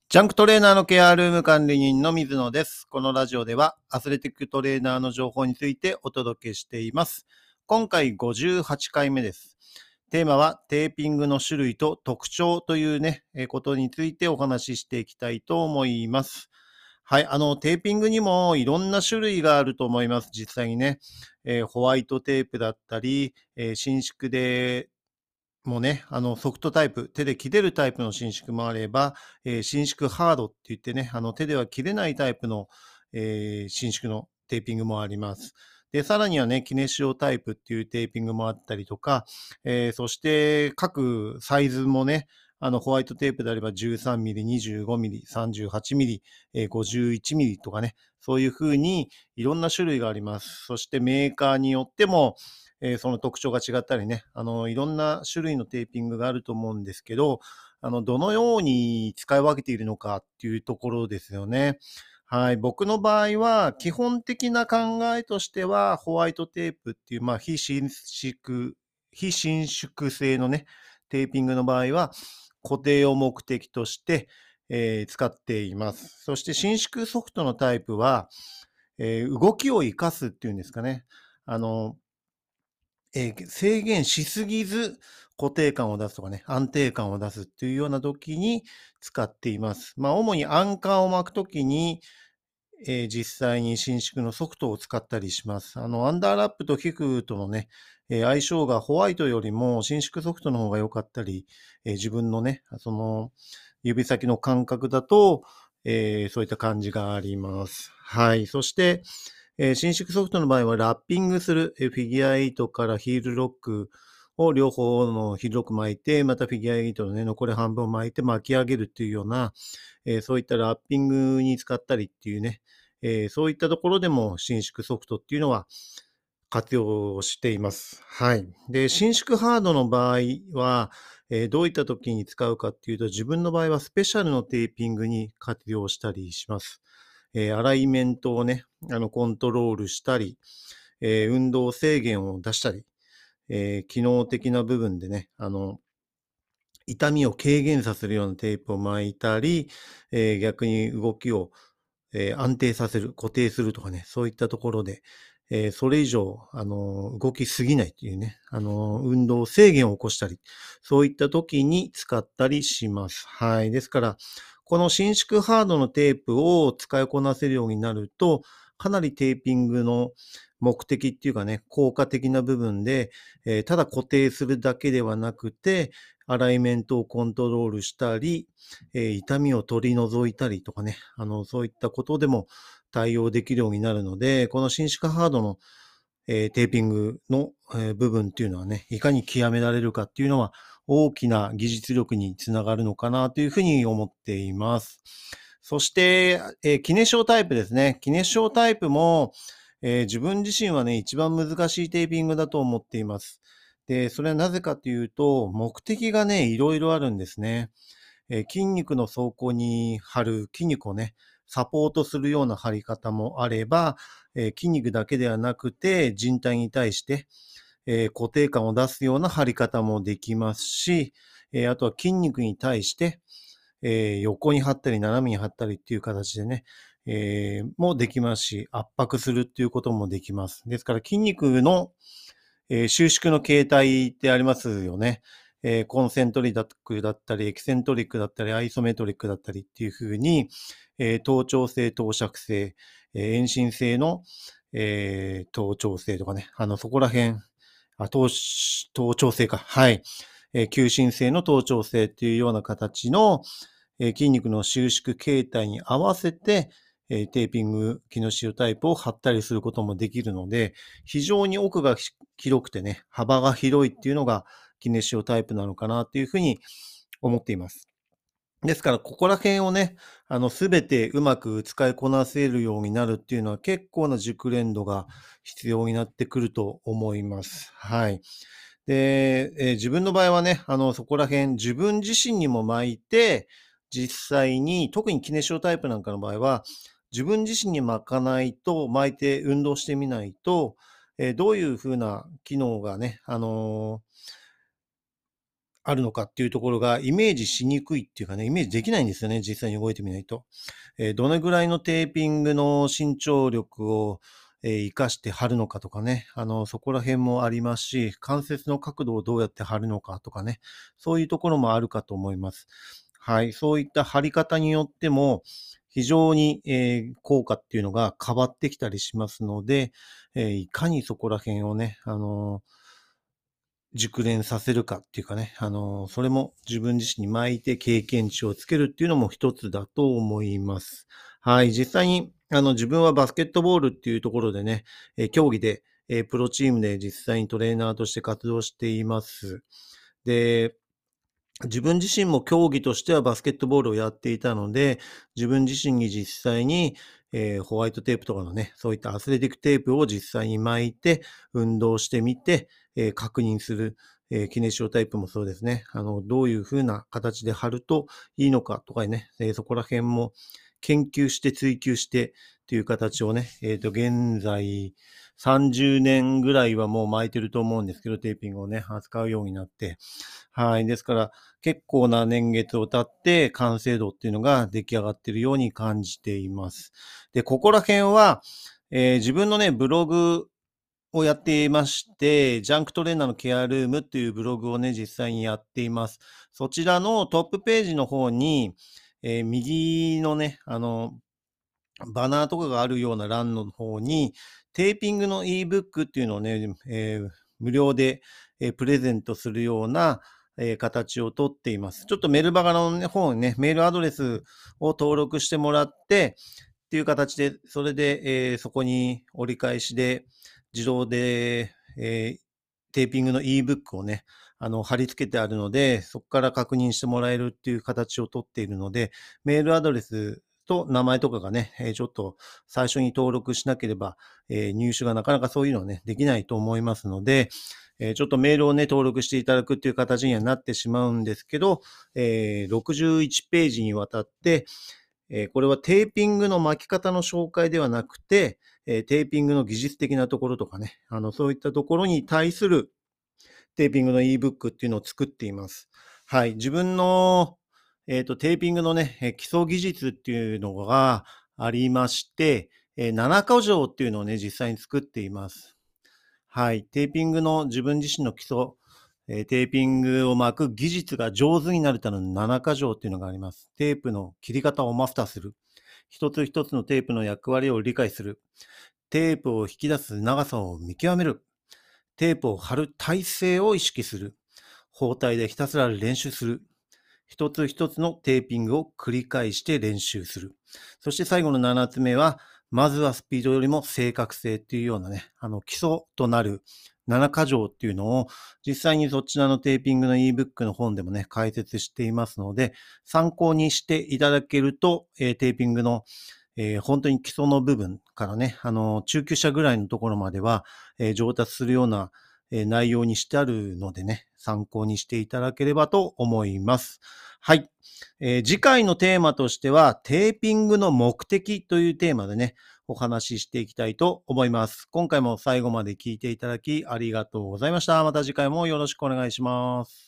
ジャンクトレーナーのケアルーム管理人の水野です。このラジオではアスレティックトレーナーの情報についてお届けしています。今回58回目です。テーマはテーピングの種類と特徴というね、ことについてお話ししていきたいと思います。はい、テーピングにもいろんな種類があると思います。実際にね、ホワイトテープだったり、伸縮でもうね、ソフトタイプ、手で切れるタイプの伸縮もあれば、伸縮ハードって言ってね、手では切れないタイプの、伸縮のテーピングもあります。で、さらにはね、キネシオタイプっていうテーピングもあったりとか、そして各サイズもね、ホワイトテープであれば13ミリ、25ミリ、38ミリ、51ミリとかね、そういうふうにいろんな種類があります。そしてメーカーによっても、その特徴が違ったりね、いろんな種類のテーピングがあると思うんですけど、どのように使い分けているのかっていうところですよね。はい。僕の場合は、基本的な考えとしては、ホワイトテープっていう、非伸縮性のね、テーピングの場合は、固定を目的として、使っています。そして伸縮ソフトのタイプは、動きを活かすっていうんですかね。あの、制限しすぎず固定感を出すとかね、安定感を出すっていうような時に使っています。主にアンカーを巻く時に、実際に伸縮のソフトを使ったりします。アンダーラップと皮膚とのね、相性がホワイトよりも伸縮ソフトの方が良かったり、自分のね、その指先の感覚だと、そういった感じがあります。はい。そして、伸縮ソフトの場合はラッピングする、フィギュア8からヒールロックを両方のヒールロック巻いて、またフィギュア8のね、残り半分を巻いて巻き上げるっていうような、そういったラッピングに使ったりっていうね、そういったところでも伸縮ソフトっていうのは活用しています。はい。で、伸縮ハードの場合は、どういった時に使うかっていうと、自分の場合はスペシャルのテーピングに活用したりします。アライメントをね、コントロールしたり、運動制限を出したり、機能的な部分でね、痛みを軽減させるようなテープを巻いたり、逆に動きを、安定させる、固定するとかね、そういったところで、それ以上、動きすぎないっていうね、運動制限を起こしたり、そういった時に使ったりします。はい。ですから、この伸縮ハードのテープを使いこなせるようになると、かなりテーピングの目的っていうかね、効果的な部分で、ただ固定するだけではなくて、アライメントをコントロールしたり、痛みを取り除いたりとかね、そういったことでも対応できるようになるので、この伸縮ハードの、テーピングの、部分っていうのはね、いかに極められるかっていうのは、大きな技術力につながるのかなというふうに思っています。そして、キネショータイプですね。キネショータイプも、自分自身はね、一番難しいテーピングだと思っています。で、それはなぜかというと、目的がね、いろいろあるんですね。筋肉の走行に貼る筋肉をね、サポートするような貼り方もあれば、筋肉だけではなくて人体に対して、固定感を出すような貼り方もできますし、あとは筋肉に対して、横に貼ったり斜めに貼ったりっていう形でね、もできますし、圧迫するっていうこともできます。ですから筋肉の、収縮の形態ってありますよね。コンセントリックだったり、エキセントリックだったり、アイソメトリックだったりっていう風に、頭頂性、頭尺性、遠心性の、頭頂性とかね、そこら辺、頭頂性か。はい。急進性の頭頂性っていうような形の、筋肉の収縮形態に合わせて、テーピング、キノシオタイプを貼ったりすることもできるので、非常に奥が広くてね、幅が広いっていうのがキネシオタイプなのかなっていうふうに思っています。ですから、ここら辺をね、すべてうまく使いこなせるようになるっていうのは結構な熟練度が必要になってくると思います。はい。で、自分の場合はね、そこら辺、自分自身にも巻いて、実際に、特にキネシオタイプなんかの場合は、自分自身に巻かないと、巻いて運動してみないと、どういう風な機能がね、 あるのかっていうところがイメージしにくいっていうかね、イメージできないんですよね、実際に動いてみないと。どのぐらいのテーピングの伸長力を活かして貼るのかとかね、そこら辺もありますし、関節の角度をどうやって貼るのかとかね、そういうところもあるかと思います。はい、そういった貼り方によっても、非常に、効果っていうのが変わってきたりしますので、いかにそこら辺をね、熟練させるかっていうかね、それも自分自身に巻いて経験値をつけるっていうのも一つだと思います。はい。実際に、自分はバスケットボールっていうところでね、競技で、プロチームで実際にトレーナーとして活動しています。で、自分自身も競技としてはバスケットボールをやっていたので、自分自身に実際に、ホワイトテープとかのね、そういったアスレティックテープを実際に巻いて、運動してみて、確認する、キネシオタイプもそうですね。どういう風な形で貼るといいのかとかね、そこら辺も研究して追求してっていう形をね、現在30年ぐらいはもう巻いてると思うんですけど、テーピングをね、扱うようになって。はい。ですから、結構な年月を経って完成度っていうのが出来上がっているように感じています。で、ここら辺は、自分のね、ブログをやっていまして、ジャンクトレーナーのケアルームっていうブログをね、実際にやっています。そちらのトップページの方に、右のね、バナーとかがあるような欄の方に、テーピングの ebook っていうのをね、無料で、プレゼントするような、形をとっています。ちょっとメルマガの、ね、方にね、メールアドレスを登録してもらって、っていう形で、それで、そこに折り返しで、自動で、テーピングの ebook をね、貼り付けてあるので、そこから確認してもらえるっていう形をとっているので、メールアドレスと名前とかがね、ちょっと最初に登録しなければ、入手がなかなかそういうのはね、できないと思いますので、ちょっとメールをね、登録していただくっていう形にはなってしまうんですけど、61ページにわたって、これはテーピングの巻き方の紹介ではなくて、テーピングの技術的なところとかね、そういったところに対するテーピングの ebook っていうのを作っています。はい。自分の、テーピングのね、基礎技術っていうのがありまして、7箇条っていうのをね、実際に作っています。はい。テーピングの自分自身の基礎、テーピングを巻く技術が上手になるための7箇条っていうのがあります。テープの切り方をマスターする。一つ一つのテープの役割を理解する。テープを引き出す長さを見極める。テープを貼る体勢を意識する。包帯でひたすら練習する。一つ一つのテーピングを繰り返して練習する。そして最後の7つ目は、まずはスピードよりも正確性っていうようなね、基礎となる7箇条っていうのを、実際にそちらのテーピングの ebook の本でもね、解説していますので、参考にしていただけると、テーピングの本当に基礎の部分からね、中級者ぐらいのところまでは、上達するような、内容にしてあるのでね、参考にしていただければと思います。はい。次回のテーマとしては、テーピングの目的というテーマでね、お話ししていきたいと思います。今回も最後まで聞いていただきありがとうございました。また次回もよろしくお願いします。